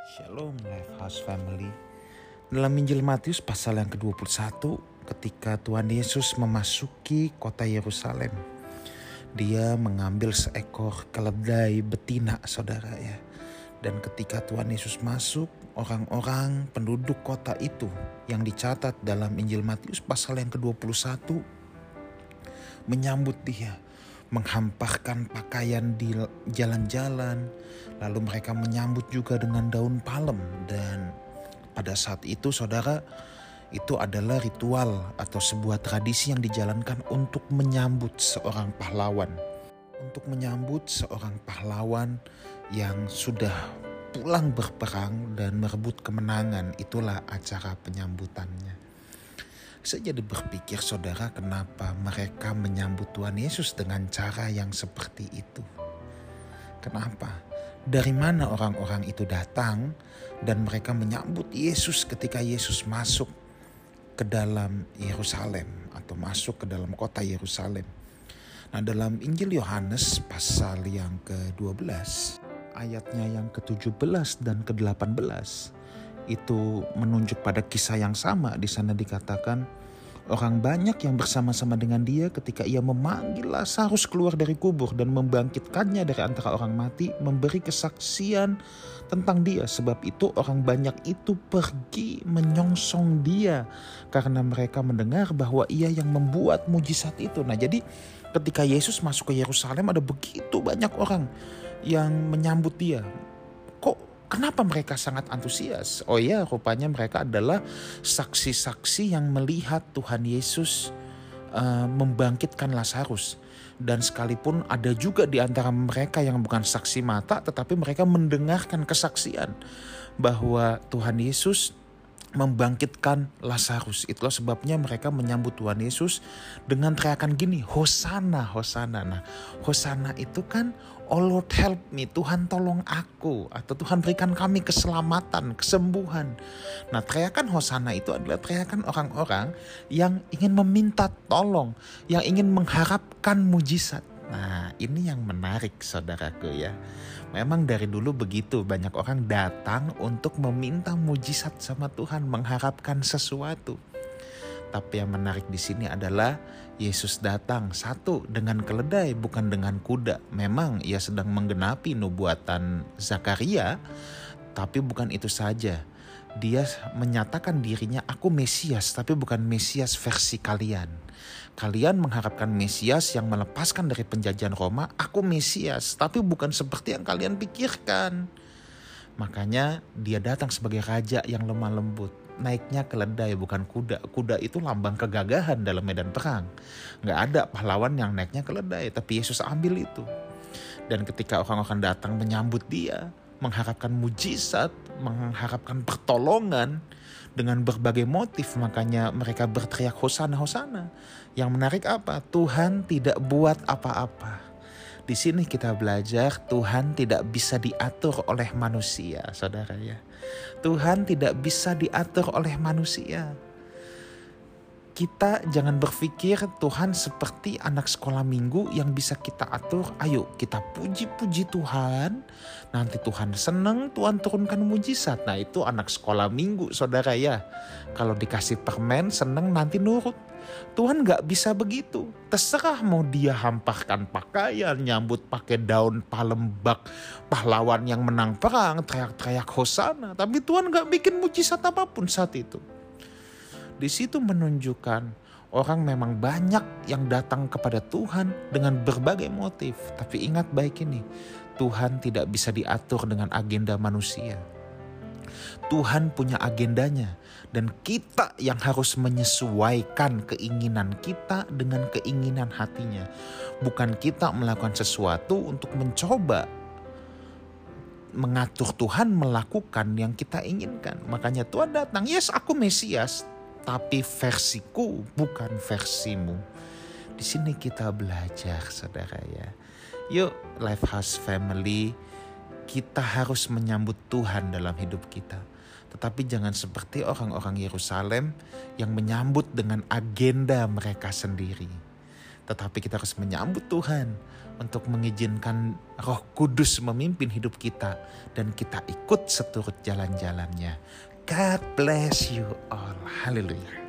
Shalom Lifehouse Family. Dalam Injil Matius pasal yang ke-21, ketika Tuhan Yesus memasuki kota Yerusalem, dia mengambil seekor keledai betina, saudara ya. Dan ketika Tuhan Yesus masuk, orang-orang penduduk kota itu yang dicatat dalam Injil Matius pasal yang ke-21 menyambut dia, menghamparkan pakaian di jalan-jalan, lalu mereka menyambut juga dengan daun palem. Dan pada saat itu saudara, itu adalah ritual atau sebuah tradisi yang dijalankan untuk menyambut seorang pahlawan. Untuk menyambut seorang pahlawan yang sudah pulang berperang dan merebut kemenangan, itulah acara penyambutannya. Saya jadi berpikir saudara, kenapa mereka menyambut Tuhan Yesus dengan cara yang seperti itu? Kenapa? Dari mana orang-orang itu datang dan mereka menyambut Yesus ketika Yesus masuk ke dalam Yerusalem atau masuk ke dalam kota Yerusalem? Nah, dalam Injil Yohanes pasal yang ke-12 ayatnya yang ke-17 dan ke-18 itu menunjuk pada kisah yang sama. Di sana dikatakan orang banyak yang bersama-sama dengan dia ketika ia memanggil Lazarus keluar dari kubur dan membangkitkannya dari antara orang mati, memberi kesaksian tentang dia. Sebab itu orang banyak itu pergi menyongsong dia karena mereka mendengar bahwa ia yang membuat mujizat itu. Nah, jadi ketika Yesus masuk ke Yerusalem ada begitu banyak orang yang menyambut dia. Kenapa mereka sangat antusias? Oh ya, rupanya mereka adalah saksi-saksi yang melihat Tuhan Yesus membangkitkan Lazarus. Dan sekalipun ada juga di antara mereka yang bukan saksi mata, tetapi mereka mendengarkan kesaksian bahwa Tuhan Yesus membangkitkan Lazarus. Itulah sebabnya mereka menyambut Tuhan Yesus dengan teriakan gini, Hosana, Hosana. Nah, Hosana itu kan, Oh Lord help me, Tuhan tolong aku, atau Tuhan berikan kami keselamatan, kesembuhan. Nah, teriakan Hosana itu adalah teriakan orang-orang yang ingin meminta tolong, yang ingin mengharapkan mujizat. Nah, ini yang menarik saudaraku ya. Memang dari dulu begitu, banyak orang datang untuk meminta mujizat sama Tuhan, mengharapkan sesuatu. Tapi yang menarik di sini adalah Yesus datang satu dengan keledai, bukan dengan kuda. Memang ia sedang menggenapi nubuatan Zakaria, tapi bukan itu saja. Dia menyatakan dirinya, aku Mesias, tapi bukan Mesias versi kalian. Kalian mengharapkan Mesias yang melepaskan dari penjajahan Roma. Aku Mesias, tapi bukan seperti yang kalian pikirkan. Makanya dia datang sebagai raja yang lemah lembut. Naiknya keledai bukan kuda. Kuda itu lambang kegagahan dalam medan perang. Gak ada pahlawan yang naiknya keledai, tapi Yesus ambil itu. Dan ketika orang-orang datang menyambut dia, mengharapkan mujizat, mengharapkan pertolongan dengan berbagai motif, makanya mereka berteriak Hosana, Hosana. Yang menarik apa? Tuhan tidak buat apa-apa. Di sini kita belajar Tuhan tidak bisa diatur oleh manusia, saudara ya. Tuhan tidak bisa diatur oleh manusia. Kita jangan berpikir Tuhan seperti anak sekolah minggu yang bisa kita atur. Ayo kita puji-puji Tuhan, nanti Tuhan senang, Tuhan turunkan mujizat. Nah, itu anak sekolah minggu saudara ya. Kalau dikasih permen senang, nanti nurut. Tuhan gak bisa begitu. Terserah mau dia hamparkan pakaian, nyambut pakai daun palem bak pahlawan yang menang perang, teriak-teriak Hosana. Tapi Tuhan gak bikin mujizat apapun saat itu. Di situ menunjukkan orang memang banyak yang datang kepada Tuhan dengan berbagai motif. Tapi ingat baik ini, Tuhan tidak bisa diatur dengan agenda manusia. Tuhan punya agendanya dan kita yang harus menyesuaikan keinginan kita dengan keinginan hatinya. Bukan kita melakukan sesuatu untuk mencoba mengatur Tuhan melakukan yang kita inginkan. Makanya Tuhan datang, yes aku Mesias, tapi versiku bukan versimu. Di sini kita belajar saudara ya. Yuk Lifehouse Family, kita harus menyambut Tuhan dalam hidup kita. Tetapi jangan seperti orang-orang Yerusalem yang menyambut dengan agenda mereka sendiri. Tetapi kita harus menyambut Tuhan untuk mengizinkan Roh Kudus memimpin hidup kita dan kita ikut seturut jalan-jalannya. God bless you all. Haleluya.